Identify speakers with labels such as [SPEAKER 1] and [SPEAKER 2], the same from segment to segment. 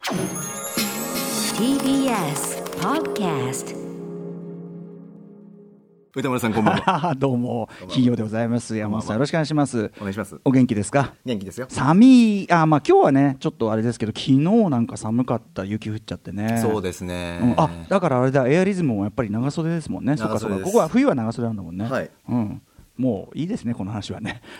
[SPEAKER 1] TBS Podcast。
[SPEAKER 2] 歌丸さんこんばんは。
[SPEAKER 3] どうも金曜でございます。山本さんよろしくお願いします。
[SPEAKER 2] お願いします。
[SPEAKER 3] お元気ですか？
[SPEAKER 2] 元気ですよ。
[SPEAKER 3] 寒い。まあ今日はねちょっとあれですけど、昨日なんか寒かった。雪降っちゃってね。
[SPEAKER 2] そうですね、
[SPEAKER 3] だからあれだ、エアリズムもやっぱり長袖ですもんね。そうかそうか、ここは冬は長袖なんだもんね。
[SPEAKER 2] はい、
[SPEAKER 3] もういいですねこの話はね。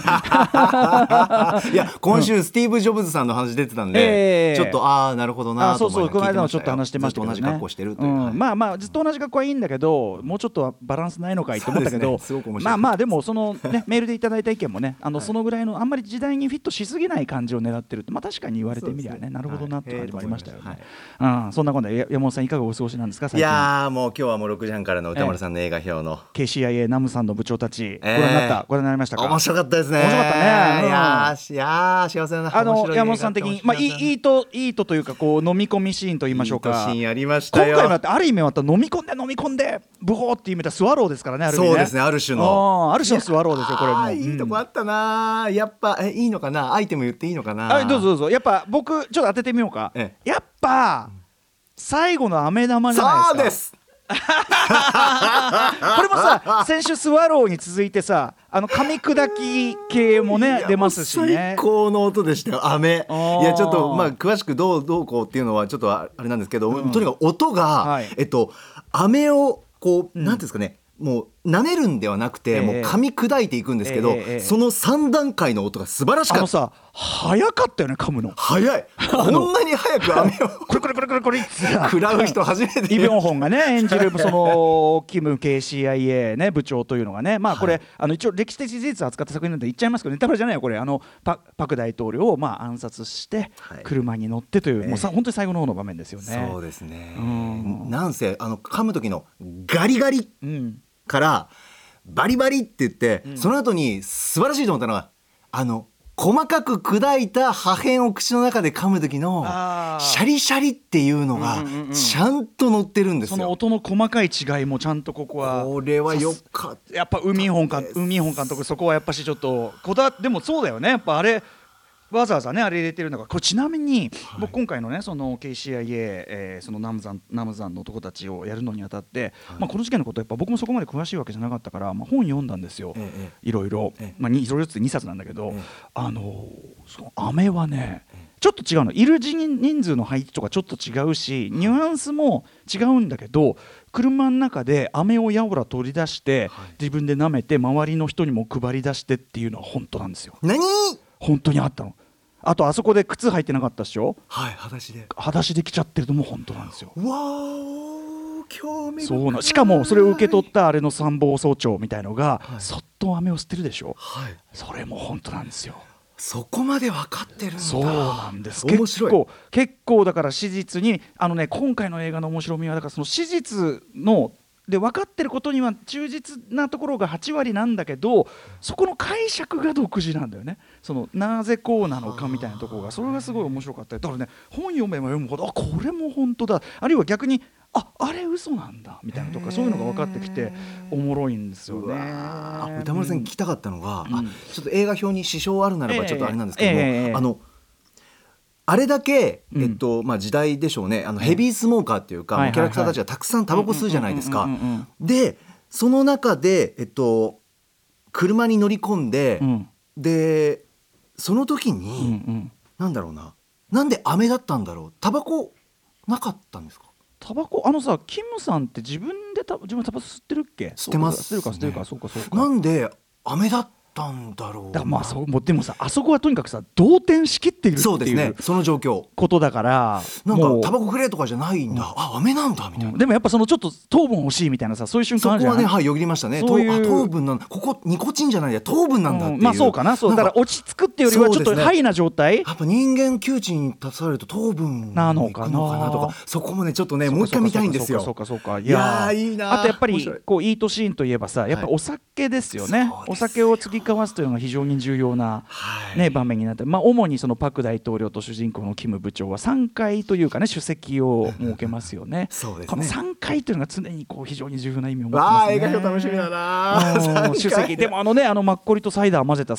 [SPEAKER 2] いや今週スティーブ・ジョブズさんの話出てたんで、ちょっとなるほどなと思いながら聞いてましたよ。
[SPEAKER 3] そうこの間もちょっと話してましたけどね。
[SPEAKER 2] ずっと同じ格好してるという、
[SPEAKER 3] まあずっと同じ格好はいいんだけど、もうちょっとバランスないのかいと思ったけど、まあでもそのねメールでいただいた意見もね、そのぐらいのあんまり時代にフィットしすぎない感じを狙ってるって、まあ確かに言われてみりゃね、なるほどなって感じもありましたよね。そんなことで山本さんいかがお過ごしなんですか最近？
[SPEAKER 2] いやもう今日はもう6時半からの歌丸さんの映画表の
[SPEAKER 3] KCIA ナムさんの部長たち、ご覧になった？ご覧になりましたか？
[SPEAKER 2] 面白かったですね。
[SPEAKER 3] 面白かったね。
[SPEAKER 2] いや幸せだな。
[SPEAKER 3] 山本さん的に、まあ、いいとというかこう飲み込みシーンと言いましょうか。
[SPEAKER 2] いいシーンありましたよ。
[SPEAKER 3] 今回もだってある意味また飲み込んでブホーっていう意味ではスワローですからね。
[SPEAKER 2] そうですね、ある種の
[SPEAKER 3] スワローですよこれも。
[SPEAKER 2] いいとこあったな。やっぱいいのかな、アイテム言っていいのかな。
[SPEAKER 3] どうぞどうぞ。やっぱ僕ちょっと当ててみようか。やっぱ最後の飴玉じゃないですか。
[SPEAKER 2] そうです。
[SPEAKER 3] これもさ先週スワローに続いてさ、噛み砕き系もね出ますしね。
[SPEAKER 2] 最高の音でしたよ、飴。いやちょっとまあ詳しくどうこうっていうのはちょっとあれなんですけど、とにかく音が、飴をこうなんていうんですかね、もう舐めるんではなくて、もう噛み砕いていくんですけど、その3段階の音が素晴らしかった。
[SPEAKER 3] さ早かったよね、噛むの
[SPEAKER 2] 早い。こんなに早く飴を
[SPEAKER 3] これ
[SPEAKER 2] 食らう人初めて。
[SPEAKER 3] イ・ビョンホンがね演じるそのキム KCIA ね部長というのがね、まあこれ、一応歴史的事実を扱った作品なんで言っちゃいますけど、ネタバレじゃないよこれ。パク大統領をまあ暗殺して車に乗ってという、もう本当に最後の方の場面ですよね。
[SPEAKER 2] そうですね。なんせ噛む時のガリガリからバリバリって言って、その後に素晴らしいと思ったのが細かく砕いた破片を口の中で噛む時のシャリシャリっていうのがちゃんと乗ってるんですよ。
[SPEAKER 3] その音の細かい違いもちゃんとここは。
[SPEAKER 2] これはよかった。
[SPEAKER 3] やっぱウミンホン監督、そこはやっぱしちょっとでもそうだよね、やっぱあれわざわざねあれ入れてるのがこれ。ちなみに僕今回のねその KCIA、そのナムザンの男たちをやるのにあたって、まあこの事件のことやっぱ僕もそこまで詳しいわけじゃなかったから、まあ本読んだんですよ、いろいろ。まあいろいろって2冊なんだけど、その飴はねちょっと違うの。いる人数の配置とかちょっと違うし、ニュアンスも違うんだけど、車の中で飴をやおら取り出して、自分で舐めて周りの人にも配り出してっていうのは本当なんですよ。
[SPEAKER 2] 何？
[SPEAKER 3] 本当にあったの。あとあそこで靴履いてなかったでしょ。
[SPEAKER 2] はい、裸足
[SPEAKER 3] で来ちゃってるのも本当なんですよ。
[SPEAKER 2] わー、興味深い。
[SPEAKER 3] そうな。しかもそれを受け取ったあれの参謀総長みたいのが、そっと飴を捨てるでしょ。それも本当なんですよ。
[SPEAKER 2] そこまで分かってるんだ。
[SPEAKER 3] そうなんです。
[SPEAKER 2] 面白い。
[SPEAKER 3] 結構だから史実に今回の映画の面白みはだからその史実ので分かってることには忠実なところが8割なんだけど、そこの解釈が独自なんだよね。そのなぜこうなのかみたいなところが、それがすごい面白かった。だからね本読めば読むほどこれも本当だ、あるいは逆にあれ嘘なんだみたいなとか、そういうのが分かってきておもろいんですよね。
[SPEAKER 2] 歌丸さんに聞きたかったのが、ちょっと映画表に支障あるならばちょっとあれなんですけども、あれだけ、まあ、時代でしょうね。ヘビースモーカーっていうか、キャラクターたちがたくさんタバコ吸うじゃないですか。でその中で、車に乗り込んで、でその時に、なんだろうな、なんで飴だったんだろう。タバコなかったんですか？
[SPEAKER 3] タバコさキムさんって自分でタバコ吸ってるっけ？
[SPEAKER 2] 吸ってます、
[SPEAKER 3] 吸ってるかそうか。
[SPEAKER 2] なんで飴だったんだろう。
[SPEAKER 3] だからまあでもさ、あそこはとにかくさ動転しきっているっていう。
[SPEAKER 2] そうですね、その状況
[SPEAKER 3] ことだから、
[SPEAKER 2] なんかタバコくれとかじゃないんだ、飴なんだみたいな。
[SPEAKER 3] でもやっぱそのちょっと糖分欲しいみたいなさ、そういう瞬間あるじゃん。
[SPEAKER 2] そこはね、よぎりましたね。糖分なんだ、ここニコチンじゃないや、糖分なんだっていう。
[SPEAKER 3] まあそうかな。そうだから落ち着くっていうよりはちょっとハイな状態。
[SPEAKER 2] やっぱ人間窮地に立たされると糖分なのかなとか、そこもねちょっとねもう一回見たいんですよ。
[SPEAKER 3] そうか。
[SPEAKER 2] いやいいな。
[SPEAKER 3] あとやっぱりこうイートシーンといえばさ、やっぱお酒ですよね。お酒を継ぎ交わすというのが非常に重要な場面になって、まあ主にそのパク大統領と主人公のキム部長は3回というかね首席を設けますよね。この3回というのが常にこう非常に重要な意味を持ってますね。
[SPEAKER 2] 映画表楽しみだな。
[SPEAKER 3] 首席でもマッコリとサイダー混ぜたさ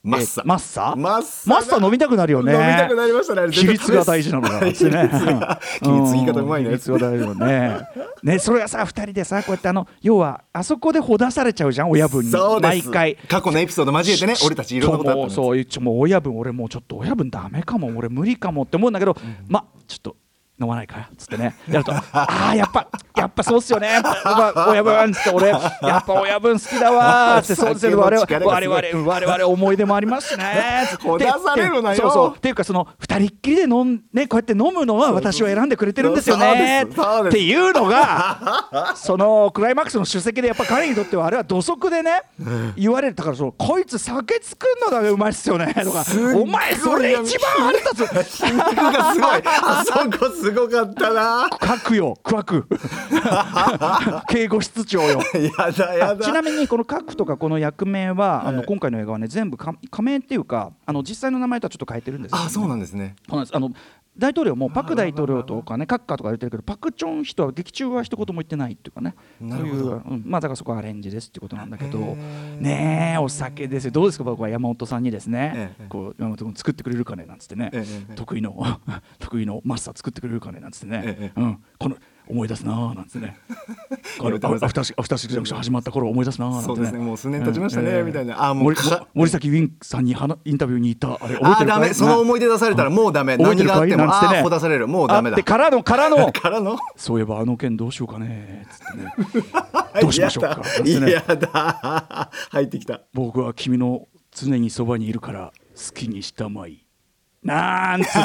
[SPEAKER 2] マッサ
[SPEAKER 3] マッサ飲みたくなるよね。
[SPEAKER 2] 飲みたくなりましたね。
[SPEAKER 3] 比率が大事なのが
[SPEAKER 2] 比率言い方うまいね。
[SPEAKER 3] 比率が大事だよね。それがさ2人でさこうやって要はあそこでほだされちゃうじゃん親分に。毎回
[SPEAKER 2] 過去のエピソード交えてね俺たちいろんなことあったんです。
[SPEAKER 3] そうもう親分俺もうちょっと親分ダメかも俺無理かもって思うんだけど、ちょっと飲まないかっつってねやるとやっぱそうっすよね親分っつって俺やっぱ親分好きだわってそうですよ我々思い出もありますしね
[SPEAKER 2] ほだされるなよ。
[SPEAKER 3] そうっていうかその2人っきりでこうやって飲むのは私を選んでくれてるんですよねっていうのがそのクライマックスの主席でやっぱ彼にとってはあれは土足でね言われる。だからこいつ酒作るのだけうまいっすよねとかお前それ一番腹立つ
[SPEAKER 2] 筋肉がすごいあそこすごかったな。
[SPEAKER 3] クワク警護室長よ
[SPEAKER 2] やだ
[SPEAKER 3] ちなみにこのカクとかこの役名は今回の映画はね全部仮名っていうか実際の名前とはちょっと変えてるんですよ、ね、
[SPEAKER 2] そうなんですね。
[SPEAKER 3] 大統領もパク大統領とかねカッカーとか言ってるけどパクチョンヒとは劇中は一言も言ってないっていうかねそういうだからそこはアレンジですってことなんだけどねえお酒ですよ。どうですか僕は山本さんにですねこう山本君作ってくれるかねなんつってね得意のマスター作ってくれるかねなんつってねこの思い出すなーなんつってねアフターシックスジャンクション始まった頃思い出すなーなんてね。
[SPEAKER 2] そうですねもう数年経ちましたねみたいな。
[SPEAKER 3] 森崎ウィンさんにインタビューに行ったあれ覚えてるかい。
[SPEAKER 2] ダメその思い出出されたらもうダメ。何があってもほだされるもうダメだ。
[SPEAKER 3] からの
[SPEAKER 2] そう
[SPEAKER 3] いえば件どうしようかねつってねどうしましょうか
[SPEAKER 2] いやだ入ってきた。
[SPEAKER 3] 僕は君の常にそばにいるから好きにしたまいなんつ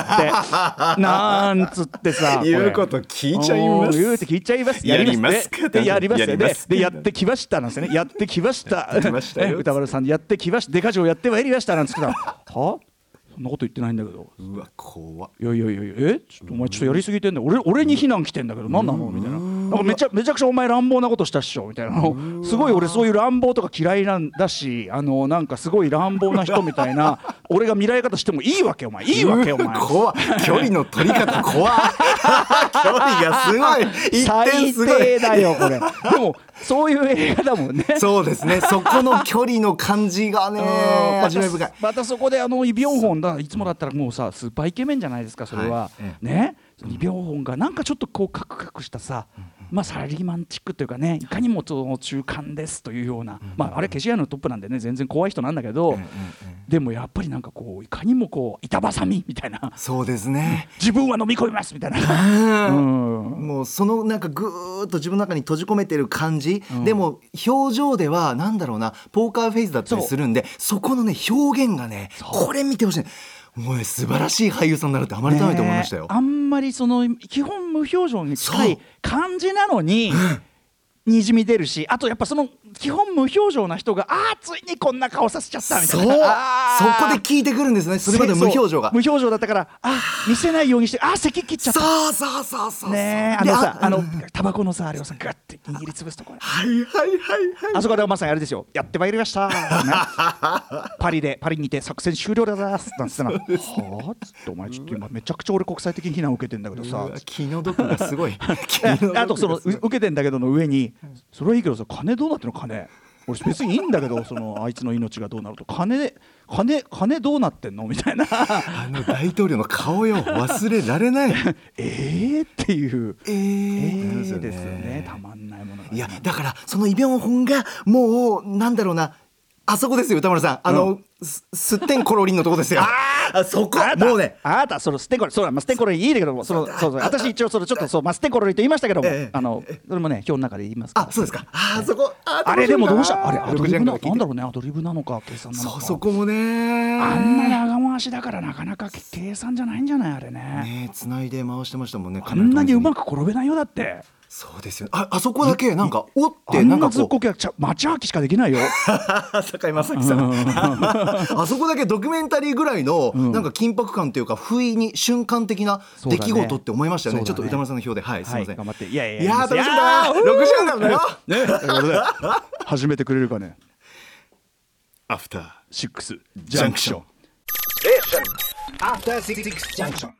[SPEAKER 3] ってさ
[SPEAKER 2] 言うこと聞いちゃいます。
[SPEAKER 3] 聞いちゃいます。やりますでやってきましたなんですよね。やってきました歌丸さんやってきましたデカ嬢やってまいりましたなんつってたはそんなこと言ってないんだけど。
[SPEAKER 2] うわ怖っ。
[SPEAKER 3] いやちょっとお前ちょっとやりすぎてんだよ俺に非難来てんだけど何なのみたいな。なんかめちゃくちゃお前乱暴なことしたっしょみたいなすごい俺そういう乱暴とか嫌いなんだしなんかすごい乱暴な人みたいな俺が見られ方してもいいわけお前
[SPEAKER 2] 怖っ距離の取り方怖っ距離がすごい一点すごい
[SPEAKER 3] 最低だよこれでもそういう映画だもんね。
[SPEAKER 2] そうですねそこの距離の感じがね味わい深い。
[SPEAKER 3] またそこでイ・ビョンホンだいつもだったらもうさスーパーイケメンじゃないですかそれは、ねイ・ビョンホンがなんかちょっとこうカクカクしたさサラリーマンチックというかねいかにも中間ですというようなあれ消し屋のトップなんでね全然怖い人なんだけどでもやっぱりなんかこういかにもこう板挟みみたいな。
[SPEAKER 2] そうですね
[SPEAKER 3] 自分は飲み込みますみたいな
[SPEAKER 2] もうそのなんかぐーっと自分の中に閉じ込めてる感じでも表情ではなんだろうなポーカーフェイスだったりするんでそこのね表現がねこれ見てほしい。もう素晴らしい俳優さんになるって改めて思いましたよ。
[SPEAKER 3] あんまりその基本無表情に近い感じなのににじみ出るしあとやっぱその基本無表情な人がついにこんな顔させちゃったみたいな
[SPEAKER 2] そこで聞いてくるんですね。それまで無表情が
[SPEAKER 3] 無表情だったから見せないようにして咳切っちゃった
[SPEAKER 2] そう
[SPEAKER 3] ねタバコのさあれをさガッて握りつぶすところあそこでまさにあれですよやってまいりましたパリにて作戦終了でございますなんつってなはぁつってお前ちょっと今めちゃくちゃ俺国際的に非難を受けてんだけどさ
[SPEAKER 2] 気の毒がすごい
[SPEAKER 3] あとその受けてんだけどの上にそれはいいけどさ金どうなってんの金俺別にいいんだけどあいつの命がどうなると金どうなってんのみたいな
[SPEAKER 2] 大統領の顔よ忘れられない
[SPEAKER 3] っていう
[SPEAKER 2] ですよ
[SPEAKER 3] ねたまんないものが、
[SPEAKER 2] いやだからそのイ・ビョンホンがもうなんだろうなあそこですよ歌丸さんすってんころりんのとこですよそこもうね
[SPEAKER 3] あなたそのすってんころりそうだすってんころりいいんだけどもそう私一応それちょっとすってんころりと言いましたけどもそれもね表の中で言いますから
[SPEAKER 2] そうですかそこ
[SPEAKER 3] あれでもどうしたあれアドリブなんだろうねアドリブなのか計算なのか
[SPEAKER 2] そこもね
[SPEAKER 3] あんな長回しだからなかなか計算じゃないんじゃないあれね
[SPEAKER 2] 繋いで回してましたもんね。
[SPEAKER 3] あんなにうまく転べないよだって
[SPEAKER 2] そうですよねあそこだけなんかおって
[SPEAKER 3] あんなずっこけ町明しかできないよ
[SPEAKER 2] 堺正樹さんあそこだけドキュメンタリーぐらいのなんか緊迫感というか不意に瞬間的な出来事って思いましたよね。ちょっと歌丸さんの表ですいません
[SPEAKER 3] 頑張って
[SPEAKER 2] いや楽しみだ6時間だよ
[SPEAKER 3] 始めてくれるかね
[SPEAKER 2] アフター
[SPEAKER 3] シックスジャンクション
[SPEAKER 2] アフターシックスジャンクション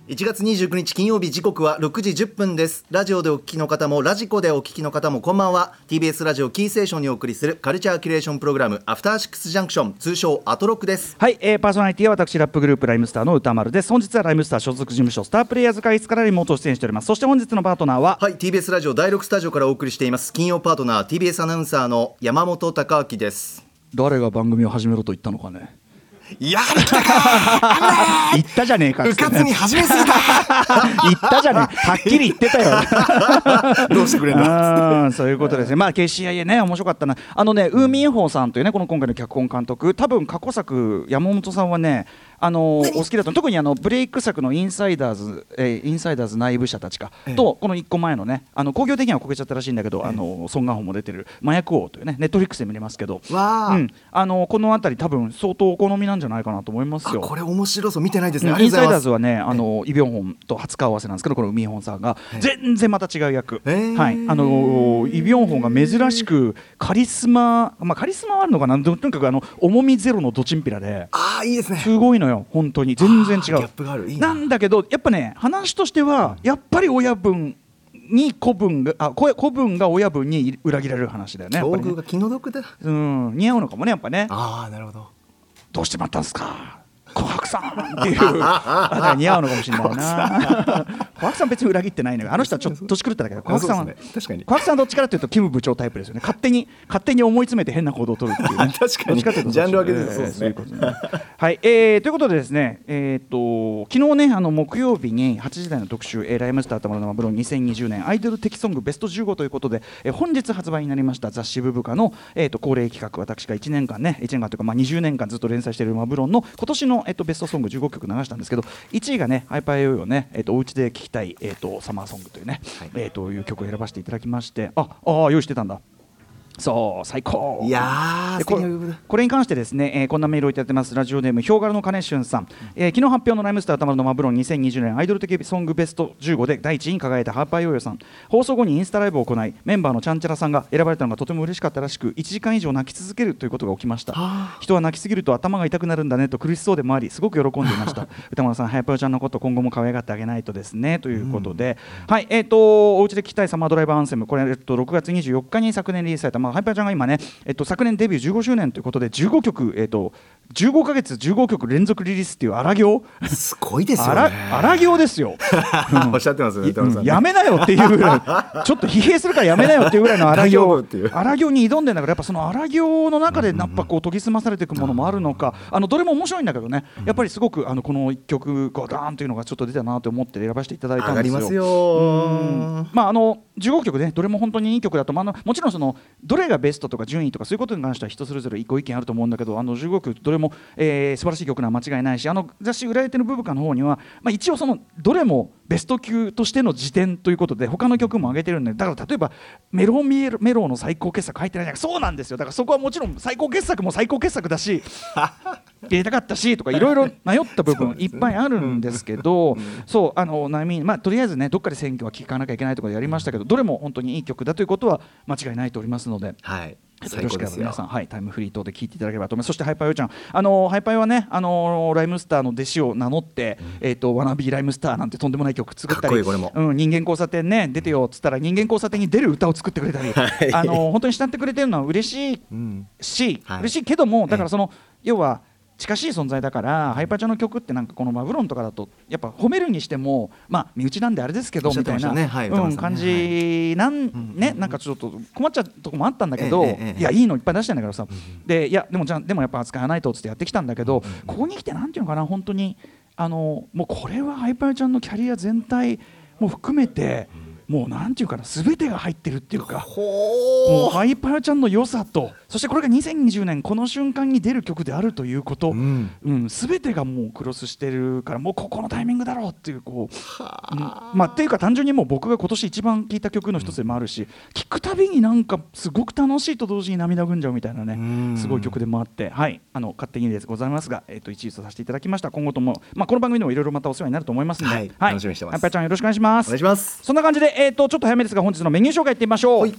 [SPEAKER 2] 1月29日金曜日、時刻は6時10分です。ラジオでお聞きの方もラジコでお聞きの方もこんばんは。 TBS ラジオキーステーションにお送りするカルチャーキュレーションプログラム、アフターシックスジャンクション、通称アトロックです。
[SPEAKER 3] はい、パーソナリティは私ラップグループライムスターの歌丸です。本日はライムスター所属事務所スタープレイヤーズ会議からリモート出演しております。そして本日のパートナーは、
[SPEAKER 2] はい、 TBS ラジオ第6スタジオからお送りしています金曜パートナー TBS アナウンサーの山本貴明です。
[SPEAKER 3] 誰が番組を始めろと言ったのかね。
[SPEAKER 2] やったか
[SPEAKER 3] 言ったじゃねえかっつってね、
[SPEAKER 2] 部活に始めすぎた
[SPEAKER 3] 言ったじゃねえ、はっきり言ってたよ
[SPEAKER 2] どうしてくれんだ
[SPEAKER 3] そういうことですね。まあ KCIA ね、面白かったな。ウーミンホーさんというね、この今回の脚本監督、多分過去作山本さんはねお好きだと、特にブレイク作のインサイダーズ内部者たちか、とこの1個前のね、興行的にはこけちゃったらしいんだけど、ソン・ガンホも出てる麻薬王というね、ネットフリックスで見れますけど、このあたり多分相当お好みなんじゃないかなと思いますよ。
[SPEAKER 2] これ面白そう、見てないですね。
[SPEAKER 3] インサイダーズはね、イ・ビョンホンと初顔合わせなんですけど、このウ・ミンホンさんが全然また違う役、はい、イ・ビョンホンが珍しくカリスマはあるのかな、とにかく重みゼロのドチンピラで、
[SPEAKER 2] いいですね、
[SPEAKER 3] すごいのよ本当に。全然違う
[SPEAKER 2] ギャップがある。いい
[SPEAKER 3] なんだけど、やっぱね、話としてはやっぱり親分に子分が親分に裏切られる話だよね。
[SPEAKER 2] 境遇が気の毒だ。
[SPEAKER 3] 似合うのかもね、やっぱね。
[SPEAKER 2] なるほど。
[SPEAKER 3] どうしてまったんすか琥珀さんっていうあ似合うのかもしれないな琥珀さん別に裏切ってないのよ。あの人はちょっと年狂っただけど、琥珀さんは、確かに琥珀さんはどっちかというとキム部長タイプですよね。勝手に思い詰めて変な行動を取るっていうね
[SPEAKER 2] 確かにジャンル分けでそうですね。
[SPEAKER 3] はい、ということでですね、昨日ね、木曜日に8時台の特集、ライムスターたまらのマブロン2020年アイドル的ソングベスト15ということで、本日発売になりました雑誌ブブカの、恒例企画、私が1年間というか、20年間ずっと連載しているマブロンの今年のベストソング15曲流したんですけど、1位がね、ハイパーヨーヨーね、お家で聴きたい、サマーソングというね、という曲を選ばせていただきまして、用意してたんだ。そう最高。
[SPEAKER 2] いや
[SPEAKER 3] これに関してですね、こんなメールをいただいてます。ラジオネームヒョウ柄の金俊さん、昨日発表のライムスターたまるのマブロン2020年アイドル的ソングベスト15で第1位に輝いたハーパーヨーヨーさん、放送後にインスタライブを行い、メンバーのちゃんちゃらさんが選ばれたのがとても嬉しかったらしく、1時間以上泣き続けるということが起きました。人は泣きすぎると頭が痛くなるんだねと苦しそうでもあり、すごく喜んでいました歌丸さん、ハイパーちゃんのこと今後も可愛がってあげないとですね、ということで、はい、お家で聴きたいサマードライバーアンセム、これ、6月24日に昨年リリースされた、ハイパーちゃんが今ね、昨年デビュー15周年ということで15曲、15ヶ月15曲連続リリースっていう荒行、
[SPEAKER 2] すごいですよね。
[SPEAKER 3] 荒行ですよ
[SPEAKER 2] おっしゃってますね、
[SPEAKER 3] やめなよっていうぐらいちょっと疲弊するからやめなよっていうぐらいの荒行荒行に挑んでんだから、やっぱその荒行の中でやっぱこう研ぎ澄まされていくものもあるのか、どれも面白いんだけどね、やっぱりすごくこの1曲ガーンというのがちょっと出たなと思って選ばせていただいたんですよ。
[SPEAKER 2] 上がりますよ。
[SPEAKER 3] 15曲ね、どれも本当にいい曲だと、もちろんそのどれがベストとか順位とかそういうことに関しては人それぞれご意見あると思うんだけど、15曲どれも、素晴らしい曲なのは間違いないし、雑誌売られてるブブカの方には、一応そのどれもベスト級としての辞典ということで他の曲も上げてるんで、だから例えばメローの最高傑作入ってないじゃん。そうなんですよ。だからそこはもちろん最高傑作も最高傑作だし入れたかったしとかいろいろ迷った部分いっぱいあるんですけど、そうとりあえずね、どっかで選挙は聞かなきゃいけないとかでやりましたけど、どれも本当にいい曲だということは間違いないとおりますので、はい、よろしければ皆さん、タイムフリー等で聴いていただければと思います。そしてハイパーヨーちゃん、ハイパーヨーはね、ライムスターの弟子を名乗って、ワナビーライムスターなんてとんでもない曲作ったり、人間交差点ね出てよっつったら人間交差点に出る歌を作ってくれたり、本当に慕ってくれてるのは嬉しいし、嬉しいけども、だからその要は近しい存在だから、ハイパーちゃんの曲ってなんかこのマブロンとかだとやっぱ褒めるにしても身内なんであれですけどみたいな感じなんかちょっと困っちゃうとこもあったんだけど、いやいいのいっぱい出してんだからさ、でもやっぱ扱わないとっつってやってきたんだけど、ここに来てなんていうのかな、本当にもうこれはハイパーちゃんのキャリア全体も含めてもうなんていうかな、全てが入ってるっていうか、もうハイパーちゃんの良さと、そしてこれが2020年この瞬間に出る曲であるということ、全てがもうクロスしてるから、もうここのタイミングだろうっていうっていうか単純にもう僕が今年一番聴いた曲の一つでもあるし、聴くたびになんかすごく楽しいと同時に涙ぐんじゃうみたいなね、すごい曲でもあって、はい、勝手にでございますが、1位とさせていただきました。今後ともこの番組でもいろいろまたお世話になると思いますので、
[SPEAKER 2] 楽しみにしてます。
[SPEAKER 3] ハイパーちゃんよろしくお願いします。
[SPEAKER 2] お願いします。
[SPEAKER 3] そんな感じでちょっと早めですが本日のメニュー紹介いってみましょう。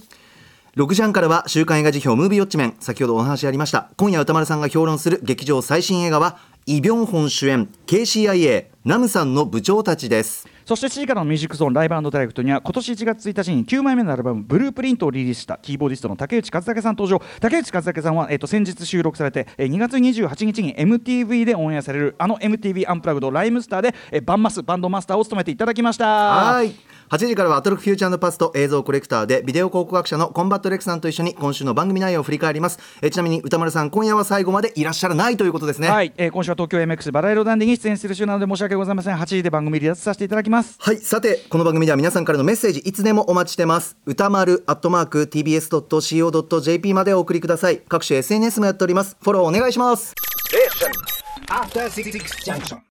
[SPEAKER 2] 6時半からは週刊映画辞表ムービーウォッチメン。先ほどお話ありました今夜歌丸さんが評論する劇場最新映画はイ・ビョンホン主演 KCIA ナムさんの部長たちです。
[SPEAKER 3] そして7時からのミュージックゾーンライブ&ダイレクトには今年1月1日に9枚目のアルバムブループリントをリリースしたキーボーディストの竹内和武さん登場。竹内和武さんは、先日収録されて2月28日に MTV でオンエアされるMTV アンプラグドライムスターでバンドマスターを務めていただきました。
[SPEAKER 2] はい、8時からはアトロックフューチャー&パスト映像コレクターでビデオ考古学者のコンバットレックさんと一緒に今週の番組内容を振り返ります。ちなみに歌丸さん今夜は最後までいらっしゃらないということですね。
[SPEAKER 3] はい、今週は東京 MX バラ色ダンディに出演する週なので申し訳ございません。8時で番組離脱させていただきます。
[SPEAKER 2] はい、さてこの番組では皆さんからのメッセージいつでもお待ちしてます。歌丸@tbs.co.jp までお送りください。各種 SNS もやっております。フォローお願いします。